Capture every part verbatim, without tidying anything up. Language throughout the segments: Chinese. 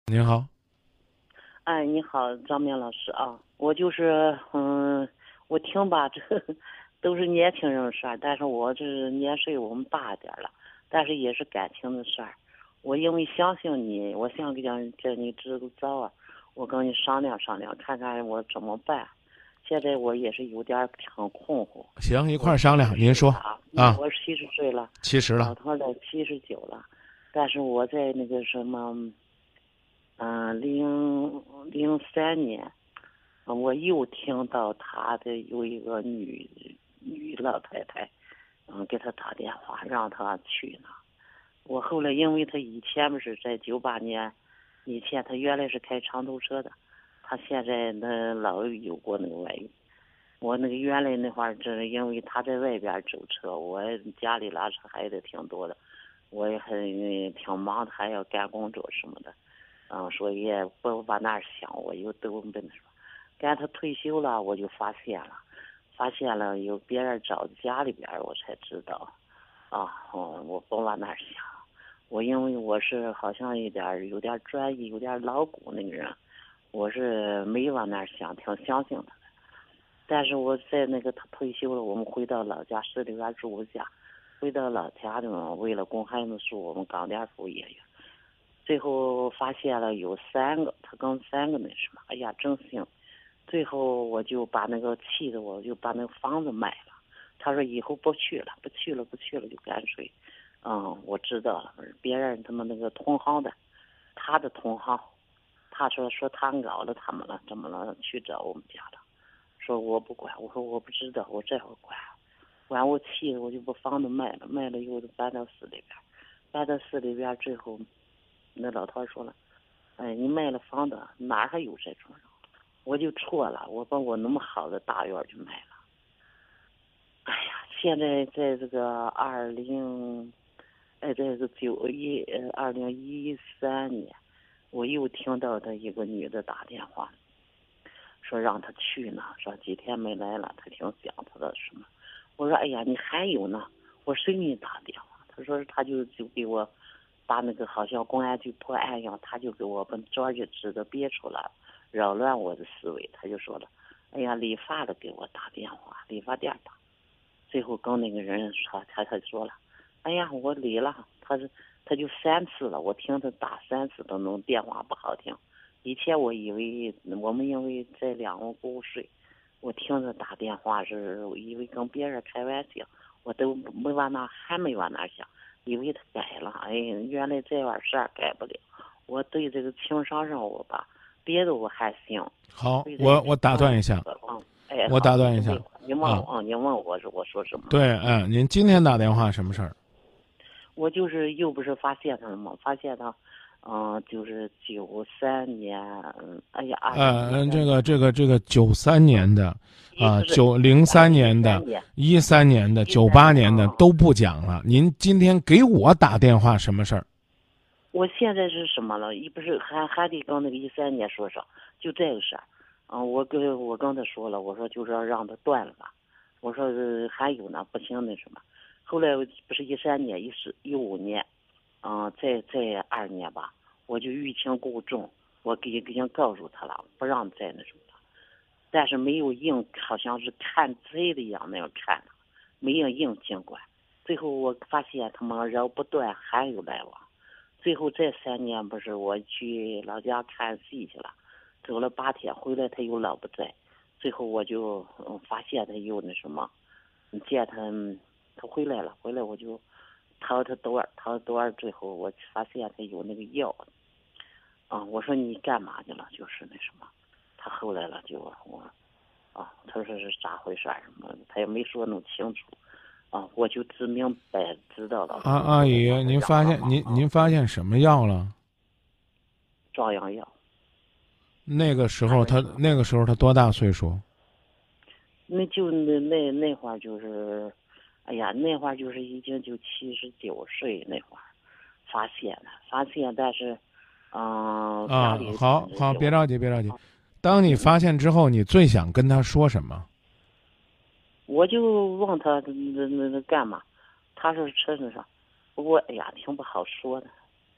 您好。 哎，你好，张明老师啊，我就是嗯，我听吧，这都是年轻人的事儿，但是我这年岁我们大点儿了，但是也是感情的事儿。我因为相信你，我想给讲叫你支个招啊，我跟你商量商量，看看我怎么办。现在我也是有点儿挺困惑。 行，一我块儿商量。 七十您说岁了啊，嗯啊， 我七十岁了， 七十了。 老头儿的七十九了，但是我在那个什么。嗯，零零三年，我又听到他的有一个女女老太太，嗯，给他打电话让他去呢。我后来因为他以前不是在九八年以前，他原来是开长途车的，他现在那老有过那个外遇。我那个原来那会儿，这因为他在外边走车，我家里拉扯孩子挺多的，我也很挺忙的，还要干工作什么的。嗯，所以也不往那儿想，我又都跟他说，赶他退休了，我就发现了，发现了有别人找家里边，我才知道，啊，嗯，我不往那儿想，我因为我是好像有点有点专一，有点老古那个人，我是没往那儿想，挺相信他的。但是我在那个他退休了，我们回到老家市里边住家，回到老家的嘛，为了供孩子书，我们刚点副业呀。最后发现了有三个，他跟三个那什么，哎呀，真行。最后我就把那个气的，我就把那个房子卖了。他说以后不去了，不去了，不去了，就干脆，嗯，我知道了。别人他们那个同行的，他的同行，他说说他熬了他们了，怎么了？去找我们家了，说我不管，我说我不知道，我这会管，管我气的我就把房子卖了，卖了以后就搬到市里边，搬到市里边最后。那老头说了，哎，你卖了房子，哪还有这种人？我就错了，我把我那么好的大院就卖了。哎呀，现在在这个二零，哎，这个九一呃二零一三年，我又听到他一个女的打电话，说让他去呢，说几天没来了，他挺想他的什么。我说，哎呀，你还有呢？我谁给你打电话？他说他就就给我把那个好像公安局破案一样，他就给我把这就指的别出来了，扰乱我的思维。他就说了，哎呀，理发的给我打电话，理发店打。最后跟那个人说，他他说了，哎呀，我理了，他是他就三次了，我听他打三次的那种电话不好听。以前我以为我们因为在两个屋睡，我听着打电话是我以为跟别人开玩笑，我都没往那还没往那想，以为他改了，哎，原来这玩事儿改不了。我对这个情商上我吧，别的我还行， 好， 对这个我我打上我断一下， 嗯，哎， 我好， 打断一下你准备你问啊。 我，你问我是我说什么？ 对，嗯，您今天打电话什么事儿？ 我就是又不是发现他了吗？发现他，嗯、就是九三年，嗯，哎呀，二零呃，嗯， 一三年， 这个这个这个九三年的，啊， 一不是九零三二零一年的， 三年， 一三年的，九一三年， 八年的嗯， 都不讲了。您今天给我打电话什么事儿？ 我现在是什么了？一不是还还得跟那个一三年说上，就这个事儿，嗯，我跟我跟他说了，我说就是要让他断了吧，我说、呃还有呢，不行那什么，后来不是一三年、一四、一五年，嗯，在在二年吧，我就欲擒故纵，我给给人告诉他了，不让再那什么了，但是没有硬，好像是看贼的一样那样看他，没有硬监管。最后我发现他们人不断，还有来往。最后这三年不是我去老家看戏去了，走了八天回来他又老不在，最后我就嗯发现他又那什么，见他他回来了，回来我就掏他兜儿，掏兜儿，最后我发现他有那个药，啊，我说你干嘛去了？就是那什么，他后来了就我啊，他说是咋回事儿什么，他也没说弄清楚，啊，我就只明白知道了， 啊， 就后来阿姨， 让他您发现嚷了嘛，啊， 您您发现什么药了？ 壮阳药。 那个时候他他说什么？ 那个时候他多大岁数？ 那就那那那会儿就是，哎呀，那会儿就是已经就七十九岁那会儿发现了，发现，但是，嗯、家啊， 里好好，别有， 着急，别着急。当你嗯嗯， 发现之后，你最想跟他说什么？ 我就问他那那那干嘛？他说车子上，不过哎呀，挺不好说的。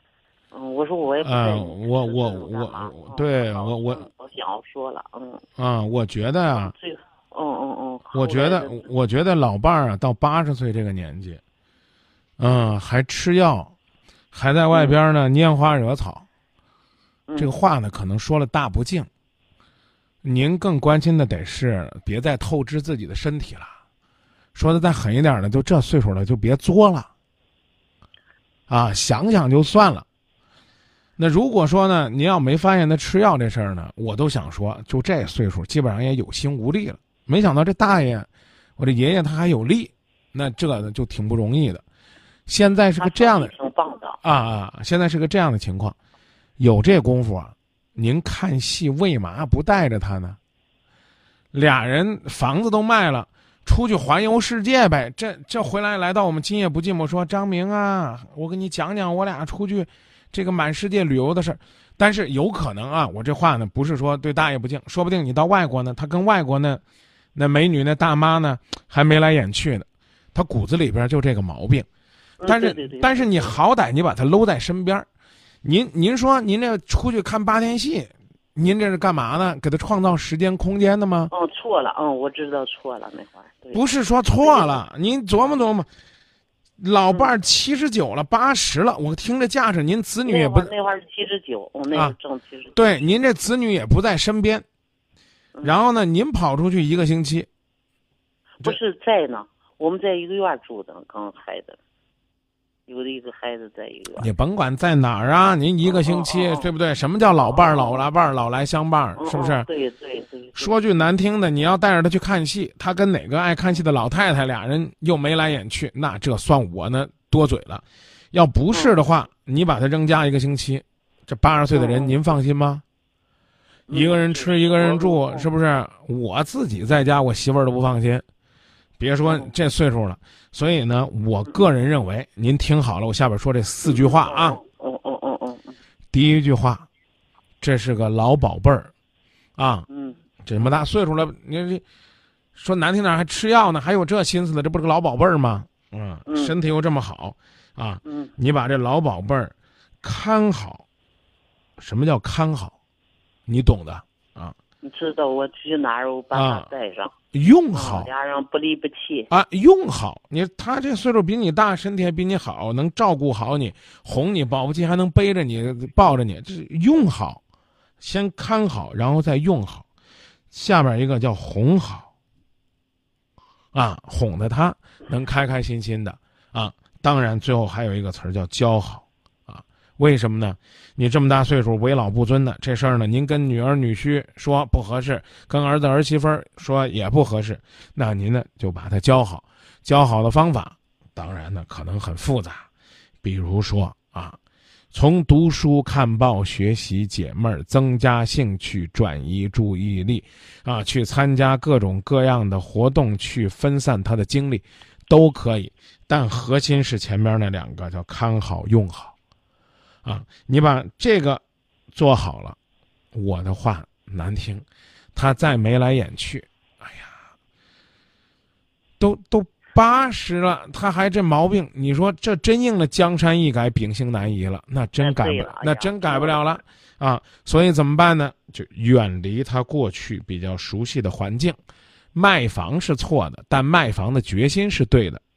嗯，我说我也不嗯、 在呃， 意我我是我干嘛我， 嗯对好我我嗯不想说了，嗯啊、我觉得啊， 最嗯嗯嗯， 我觉得后来的我觉得老伴儿啊，到八十岁这个年纪，嗯、还吃药，还在外边呢拈花惹草，这个嗯话呢可能说了大不敬。您更关心的得是别再透支自己的身体了。说的再狠一点呢，就这岁数了就别作了。啊，想想就算了。那如果说呢，您要没发现他吃药这事儿呢，我都想说，就这岁数基本上也有心无力了。没想到这大爷，我这爷爷他还有力，那这呢就挺不容易的。现在是个这样的挺棒的啊啊，现在是个这样的情况，有这功夫啊，您看戏为嘛不带着他呢？俩人房子都卖了，出去环游世界呗。这这回来来到我们今夜不寂寞，说张明啊，我跟你讲讲我俩出去这个满世界旅游的事儿。但是有可能啊，我这话呢不是说对大爷不敬，说不定你到外国呢，他跟外国呢那美女那大妈呢还眉来眼去呢，他骨子里边就这个毛病。但是、 嗯、对对对但是你好歹你把他搂在身边，您您说您这出去看八天戏，您这是干嘛呢？给他创造时间空间的吗？ 嗯，错了，嗯，我知道错了那会儿。对不是说错了，您琢磨琢磨，老伴儿七十九了，八十了，我听这架势，您子女也不那会儿是七十九，我那会儿正七十九。 对，您这子女也不在身边，然后呢，您跑出去一个星期， 不是在呢，我们在一个院住的，跟孩子。有的一个孩子在一个， 你甭管在哪儿啊，您一个星期， 哦哦哦对不对？什么叫老伴儿、老来伴儿、老来相伴儿，是不是？ 哦、对对对。 说句难听的，你要带着他去看戏，他跟哪个爱看戏的老太太俩人又眉来眼去，那这算我呢多嘴了。要不是的话，嗯、你把他扔家一个星期，这八十岁的人、嗯、您放心吗？嗯、一个人吃，一个人住，嗯、是不是？我自己在家，我媳妇儿都不放心。别说这岁数了，所以呢，我个人认为，您听好了，我下边说这四句话啊。 嗯嗯嗯嗯嗯。 第一句话，这是个老宝贝儿，啊， 嗯， 这么大岁数了，你说难听点还吃药呢，还有这心思的，这不是个老宝贝儿吗？嗯，身体又这么好，啊， 嗯， 你把这老宝贝儿看好。什么叫看好？你懂的啊。 你知道我去哪儿，我把他带上。 啊用好， 俩人不离不弃啊！用好，你他这岁数比你大，身体还比你好，能照顾好你，哄你，保不齐还能背着你，抱着你，这是用好，先看好，然后再用好。下边一个叫哄好，啊，哄得他能开开心心的啊。当然，最后还有一个词儿叫教好。为什么呢？你这么大岁数为老不尊的这事儿呢，您跟女儿女婿说不合适，跟儿子儿媳妇说也不合适，那您呢就把他教好。教好的方法，当然呢可能很复杂，比如说啊，从读书看报学习解闷儿，增加兴趣，转移注意力，啊，去参加各种各样的活动，去分散他的精力，都可以。但核心是前面那两个，叫看好用好。啊，你把这个做好了，我的话难听，他再眉来眼去，哎呀，都都八十了，他还这毛病，你说这真应了江山易改，秉性难移了，那真改不，那真改不了了啊！所以怎么办呢？就远离他过去比较熟悉的环境，卖房是错的，但卖房的决心是对的。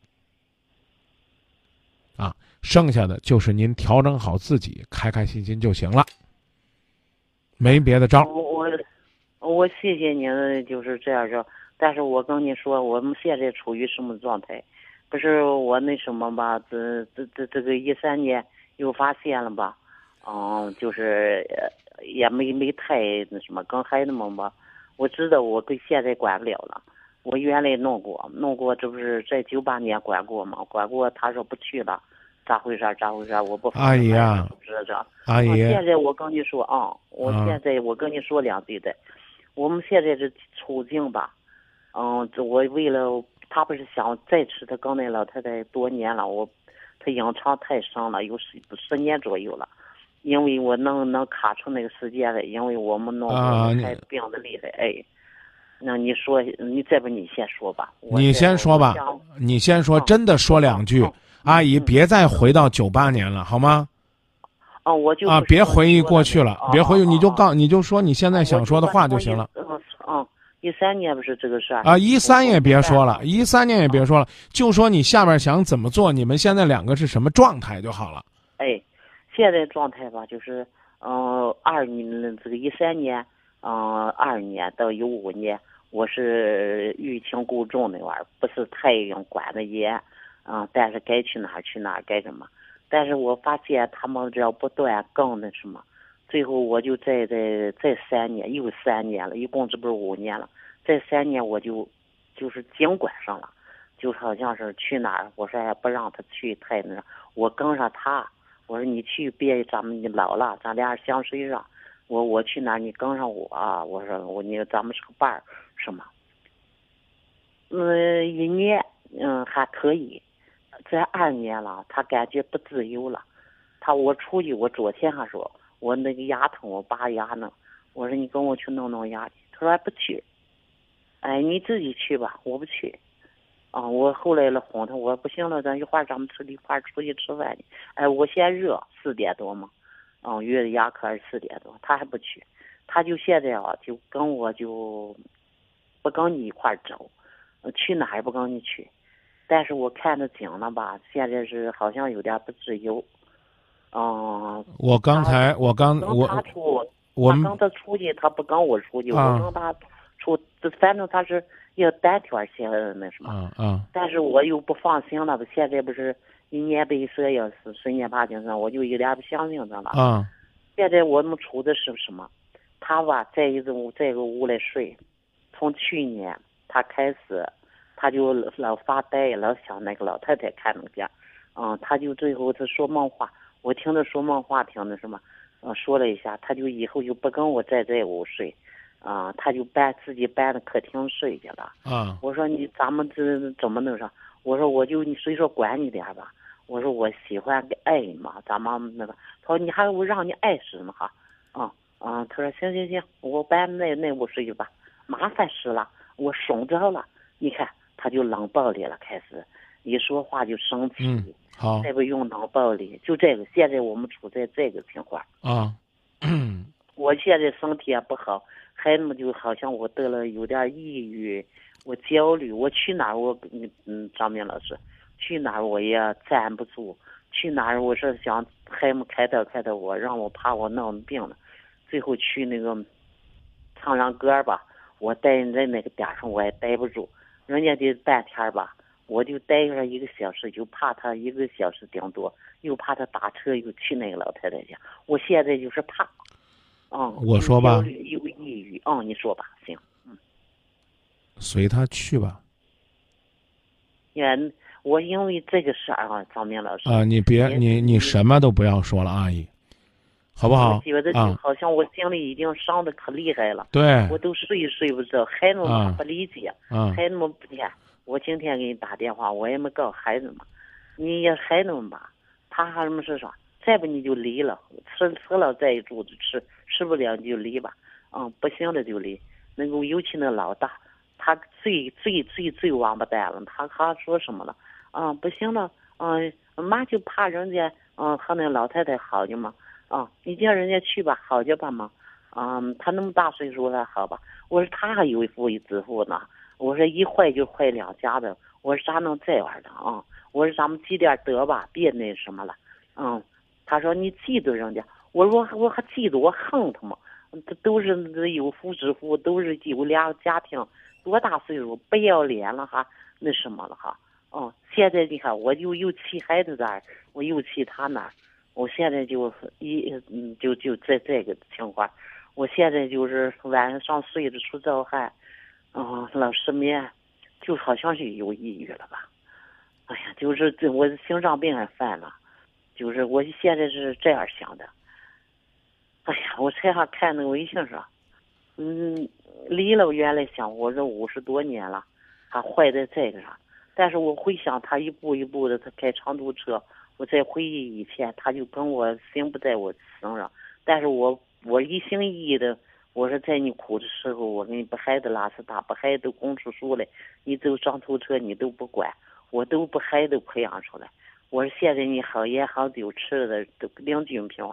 啊，剩下的就是您调整好自己，开开心心就行了，没别的招。 我我谢谢您，就是这样着。但是我跟你说，我们现在处于什么状态？不是我那什么吧？这这这这个一三年又发现了吧？嗯，就是也没没太那什么，跟孩子们吧。我知道我跟现在管不了了。我原来弄过，弄过，这不是在九八年管过吗？管过，他说不去了，咋回事？咋回事？我不阿姨啊， 知道。 阿姨， 现在我跟你说啊，我现在我跟你说两句的，我们现在这处境吧，嗯，这我为了他不是想再吃他跟那老太太多年了，我他影长太深了，有十十年左右了。因为我能能卡出那个时间来，因为我们弄孩子病得厉害，哎。那你说，你再不你先说吧。 你先说吧，你先说，真的说两句。 嗯、 阿姨，别再回到九八年了，好吗？ 嗯啊，我就啊， 不别回忆说你说的过去了， 那个别回忆，你就啊啊告，你就说你现啊在想说的话就行了。 嗯嗯，一三年不是这个事儿啊，一三也别说了， 啊一三年也别说了，就说你下边想怎么做，你们现在两个是什么状态就好了。 哎，现在状态吧，就是嗯，二年这个一三年，嗯，二年到一五年，我是欲擒故纵那玩意儿，不是太阳管得严，嗯，但是该去哪儿去哪儿，该什么。但是我发现他们只要不断更那什么，最后我就在在在三年又三年了，一共这不是五年了，在三年我就就是紧管上了，就好像是去哪儿，我说也不让他去太那，我跟上他，我说你去别咱们老了，咱俩相随上，我我去哪儿你跟上我啊，我说我你咱们是个伴儿什么，嗯，一年嗯还可以。在二年了，他感觉不自由了。他我出去，我昨天还说，我那个牙疼，我拔牙呢。我说你跟我去弄弄牙去，他说还不去。哎，你自己去吧，我不去。啊，我后来了哄他，我说不行了，咱一会儿咱们吃一块儿出去吃饭去。哎，我嫌热，四点多嘛，嗯，约的牙科是四点多，他还不去，他就现在啊，就跟我就不跟你一块儿走，去哪儿也不跟你去。但是我看着景了吧，现在是好像有点不自由。嗯， 我刚才我刚跟我他出， 我们他跟他出去，他不跟我出去， 啊我跟他出，反正他是要单挑些那什么。 啊啊但是我又不放心了，现在不是一年被蛇要死，十年怕井绳，我就有点不相信他了。 啊现在我们处的是什么？他吧，在一个屋，在一个屋里睡，从去年他开始。他就老发呆，老想那个老太太看那个，嗯，他就最后他说梦话，我听着说梦话，听着什么，嗯，说了一下，他就以后就不跟我在这屋睡，啊，他就搬自己搬到客厅睡去了。 啊！ 我说你咱们这怎么弄上？我说我就你虽说管你点吧，我说我喜欢爱你嘛，咱们那个，他说你还我让你爱死呢哈，啊啊，他说行行行，我搬那那屋睡去吧，麻烦死了，我怂着了，你看。他就冷暴力了，开始一说话就生气， 嗯，好， 再不用冷暴力，就这个。现在我们处在这个情况啊。 我现在身体也不好，孩子们就好像我得了有点抑郁，我焦虑，我去哪儿我嗯嗯，张明老师，去哪儿我也站不住，去哪儿我是想孩子们开导开导我，让我怕我闹病了，最后去那个唱唱歌吧，我待在那个点上我也待不住。人家得半天吧，我就待上一个小时，就怕他一个小时顶多，又怕他打车又去那个老太太家。我现在就是怕，嗯， 我说吧， 有抑郁，嗯，你说吧，行，嗯， 随他去吧。 也我因为这个事儿啊，张明老师啊，你别你你什么都不要说了，阿姨，好不好？ 我觉得就好像我心里已经伤的可厉害了， 对， 我都睡睡不着，孩子们不理解， 啊、 孩子们不看。我今天给你打电话，我也没告孩子们，你也孩子们吧，他还什么是说，再不你就离了，吃吃了再一肚子吃，吃不了你就离吧，嗯，不行了就离。那个尤其那老大，他最最最最王八蛋了，他他说什么了？嗯，不行了，嗯，妈就怕人家嗯和那老太太好去嘛，啊，你叫人家去吧，好去吧嘛，嗯，他那么大岁数了，好吧？我说他还有一副一支付呢。我说一坏就坏两家的，我说咋能这玩的啊？我说咱们积点德吧，别那什么了。嗯，他说你嫉妒人家，我说我还嫉妒我恨他吗？这都是有夫之妇，都是有俩家庭，多大岁数不要脸了哈？那什么了哈？哦、嗯，现在你看我就又气孩子这儿，我又气他那儿，我现在就一嗯就就在这个情况，我现在就是晚上睡着出燥汗。哦，老失眠，就好像是有抑郁了吧？哎呀，就是这我心脏病也犯了，就是我现在是这样想的。哎呀，我才还看那个微信上，嗯，离了原来想我这五十多年了，还坏在这个上。但是我回想他一步一步的，他开长途车，我再回忆以前，他就跟我心不在我身上，但是我我一心一意的。我说在你苦的时候，我给你把孩子拉扯大，把孩子都供出书来，你走长途车你都不管，我都把孩子培养出来。我说现在你好烟好酒吃的都领军平啊，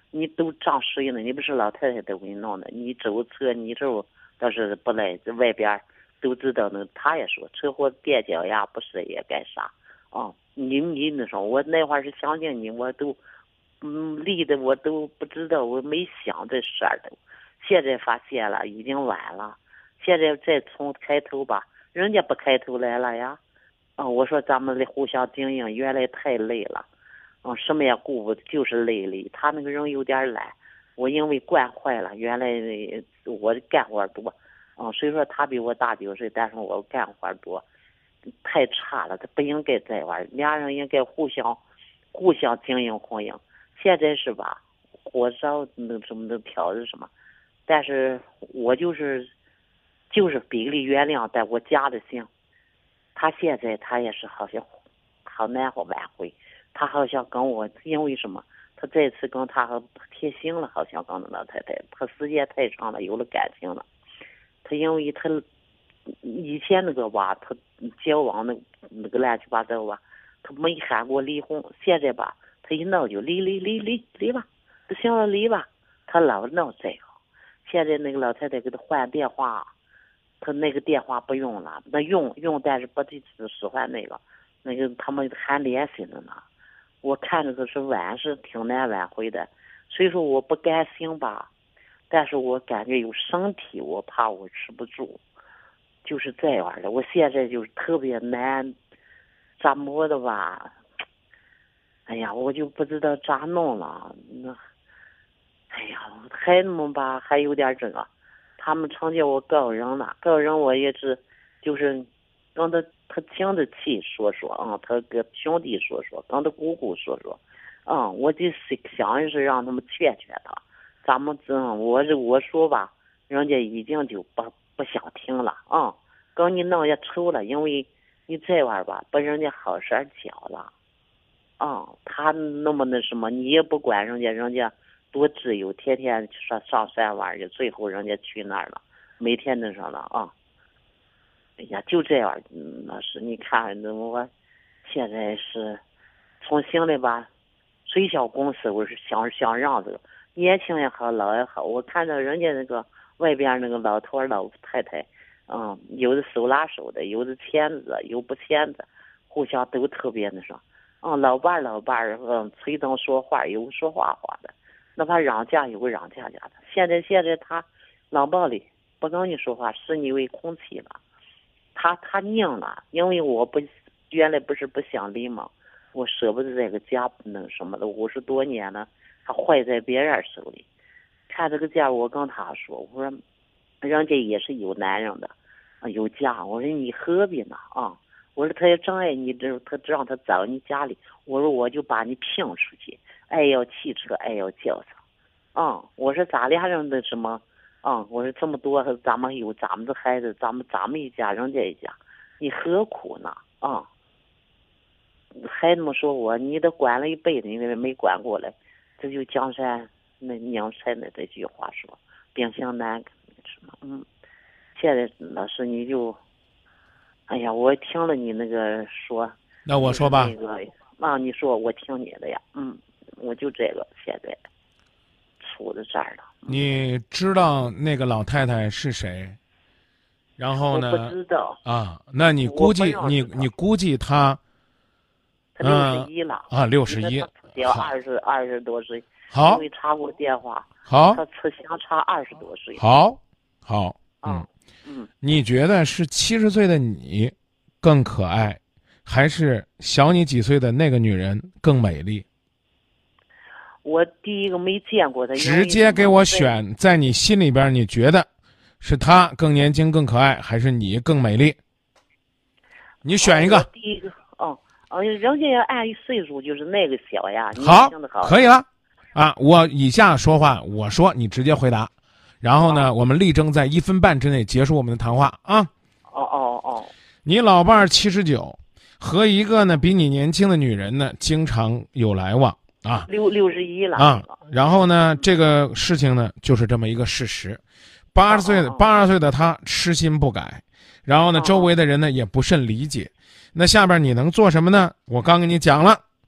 你都长水了，你不是老太太都给你弄的，你走车你这倒是不来，这外边都知道呢。他也说车祸踮脚呀，不是也该啥啊？你你那说，我那会儿是相信你，我都嗯离的我都不知道，我没想这事儿都。现在发现了，已经晚了。现在再从开头吧，人家不开头来了呀。啊，我说咱们互相经营，原来太累了。嗯，什么也顾不，就是累累。他那个人有点懒，我因为惯坏了。原来我干活多，嗯，虽说他比我大九岁，但是我干活多，太差了。他不应该在玩，俩人应该互相互相经营供应。现在是吧，火烧那什么的挑的什么，但是我就是就是比例原谅，但我家的行。他现在他也是好像好难好挽回。他好像跟我，因为什么？他这次跟他贴心了，好像跟那老太太，他时间太长了，有了感情了。他因为他以前那个吧，他交往那那个乱七八糟吧，他没喊过离婚。现在吧，他一闹就离离离离离吧，不行了离吧，他老闹这个。现在那个老太太给他换电话，他那个电话不用了，那用用，但是不得使唤那个，那个他们还联系着呢。我看着是挽是挺难挽回的，所以说我不甘心吧，但是我感觉有身体，我怕我吃不住，就是这样的。我现在就是特别难咋摸的吧，哎呀，我就不知道咋弄了。那，哎呀，孩子们吧还有点这个，他们常叫我告人了，告人我也是，就是让他。他经得起说说啊、嗯，他跟兄弟说说，跟他姑姑说说，嗯，我就想是让他们劝劝他。咱们嗯，我是我说吧，人家已经就不不想听了啊、嗯，跟你弄也愁了，因为你这玩意儿吧，把人家好事讲了，啊、嗯，他那么那什么，你也不管人家，人家多自由，天天上上山玩去，最后人家去那儿了，每天那上了啊。哎呀，就这样，嗯，老师，你看，我现在是从新的吧，推销公司，我是想想让这个年轻也好，老也好，我看到人家那个外边那个老头老太太，嗯，有的手拉手的，有的牵着，有不牵着，互相都特别那什么，嗯，老伴老伴儿，嗯，随灯说话，有说话话的，哪怕让价有个让价价的。现在现在他老暴力，不跟你说话，视你为空气了。他他拧了，因为我不原来不是不想离嘛，我舍不得这个家那什么的，五十多年了，还坏在别人手里。看这个家，我跟他说，我说人家也是有男人的，啊有家，我说你何必呢啊？我说他要真爱你，这他让他找你家里，我说我就把你聘出去，爱要汽车，爱要轿车，啊、嗯，我说咱俩人的什么？嗯，我说这么多，咱们有咱们的孩子，咱们咱们一家，人家一家，你何苦呢？啊、嗯，孩子们说我，你都管了一辈子，你没管过来，这就江山那娘才那这句话说，秉性难什么？嗯，现在老师你就，哎呀，我听了你那个说， 那我说吧， 那个啊，你说我听你的呀，嗯，我就这个现在出的这儿了。 你知道那个老太太是谁？然后呢？ 我不知道啊，那你估计你你估计她， 他六十一了、 嗯、啊，六十一， 要二十二十多岁， 好， 因为查过电话， 好， 他吃相差二十多岁， 好，好， 嗯嗯， 你觉得是七十岁的你更可爱，还是小你几岁的那个女人更美丽？ 我第一个没见过他， 直接给我选，在你心里边，你觉得是他更年轻、更可爱，还是你更美丽？你选一个。 第一个，哦哦，人家要按岁数，就是那个小呀。 好， 好， 可以了。啊，我以下说话，我说你直接回答，然后呢，哦、我们力争在一分半之内结束我们的谈话啊。 哦哦哦。 你老伴儿七十九，和一个呢比你年轻的女人呢，经常有来往。啊， 六六十一了啊，然后呢，这个事情呢，就是这么一个事实。八十岁的八十岁的他痴心不改，然后呢，周围的人呢也不甚理解。那下边你能做什么呢？我刚跟你讲了，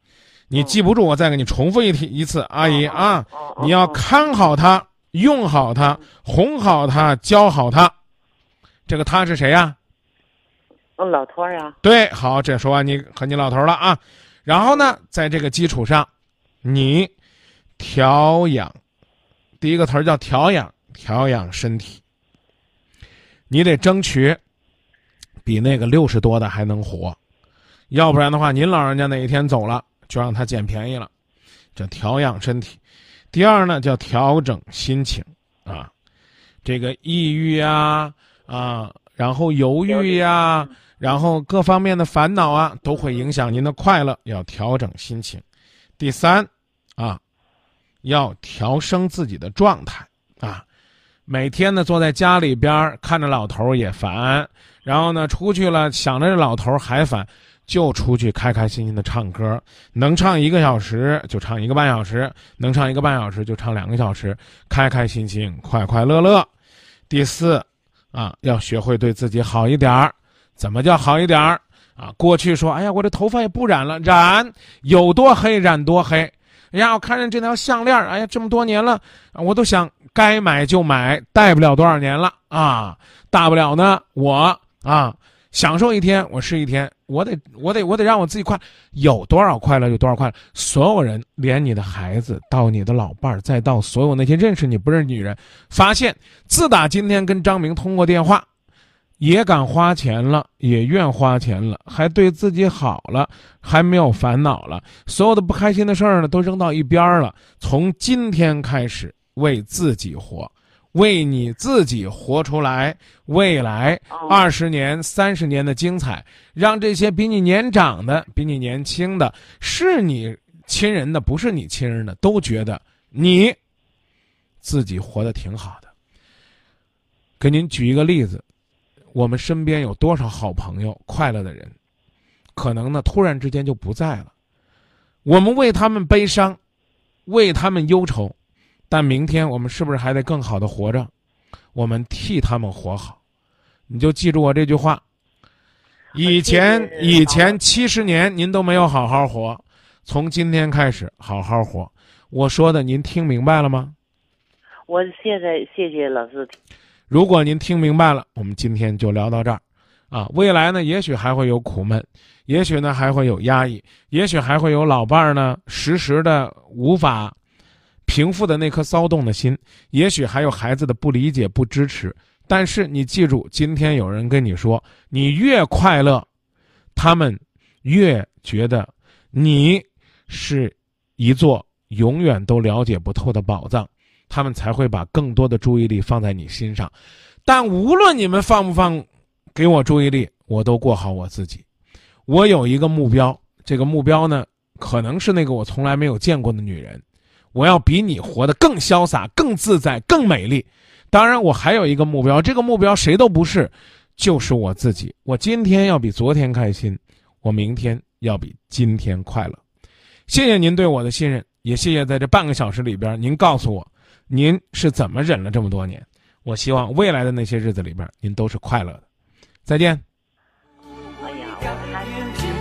你记不住，我再给你重复一提一次，阿姨啊， 哦你要看好它，用好它，哄好它，教好它。这个他是谁呀？ 嗯，老头儿呀。 对，好，这说完你和你老头了啊。然后呢，在这个基础上，你调养，第一个词儿叫调养，调养身体。你得争取比那个六十多的还能活，要不然的话，您老人家哪一天走了，就让他捡便宜了。这调养身体。第二呢，叫调整心情啊，这个抑郁呀啊，然后犹豫呀，然后各方面的烦恼啊，都会影响您的快乐，要调整心情。第三啊，要调升自己的状态啊，每天呢坐在家里边看着老头也烦，然后呢出去了想着这老头还烦，就出去开开心心的唱歌，能唱一个小时就唱一个半小时，能唱一个半小时就唱两个小时，开开心心，快快乐乐。第四啊，要学会对自己好一点儿。怎么叫好一点儿啊？过去说，哎呀，我这头发也不染了，染有多黑染多黑。哎呀，我看见这条项链，哎呀，这么多年了，我都想该买就买，戴不了多少年了啊，大不了呢，我啊享受一天，我是一天，我得我得我得让我自己快，有多少快乐就多少快乐。所有人，连你的孩子，到你的老伴儿，再到所有那些认识你不认识女人，发现自打今天跟张明通过电话，也敢花钱了，也愿花钱了，还对自己好了，还没有烦恼了，所有的不开心的事儿呢都扔到一边了。从今天开始，为自己活，为你自己活出来未来二十年、三十年的精彩，让这些比你年长的、比你年轻的、是你亲人的、不是你亲人的，都觉得你自己活得挺好的。给您举一个例子。我们身边有多少好朋友，快乐的人，可能呢突然之间就不在了。我们为他们悲伤，为他们忧愁，但明天我们是不是还得更好的活着？我们替他们活好。你就记住我这句话。以前以前七十年您都没有好好活，从今天开始好好活。我说的您听明白了吗？ 我现在谢谢老师。 如果您听明白了，我们今天就聊到这儿，啊，未来呢，也许还会有苦闷，也许呢还会有压抑，也许还会有老伴儿呢时时的无法平复的那颗骚动的心，也许还有孩子的不理解、不支持。但是你记住，今天有人跟你说，你越快乐，他们越觉得你是一座永远都了解不透的宝藏。他们才会把更多的注意力放在你身上，但无论你们放不放给我注意力，我都过好我自己。我有一个目标，这个目标呢，可能是那个我从来没有见过的女人，我要比你活得更潇洒、更自在、更美丽。当然，我还有一个目标，这个目标谁都不是，就是我自己。我今天要比昨天开心，我明天要比今天快乐。谢谢您对我的信任，也谢谢在这半个小时里边您告诉我您是怎么忍了这么多年。我希望未来的那些日子里边您都是快乐的。再见。 哎呀，我还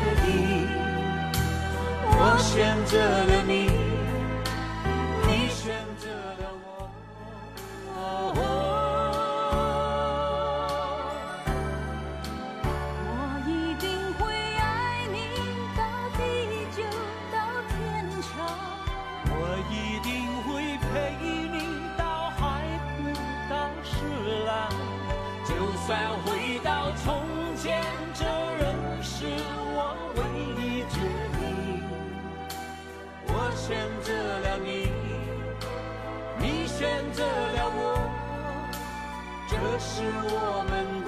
我选择了你，你选择了我。 我一定会爱你到地久到天长， 我一定会陪你到海枯到石烂，就算回到从前，这仍是我唯一决定。我选择了你，你选择了我，这是我们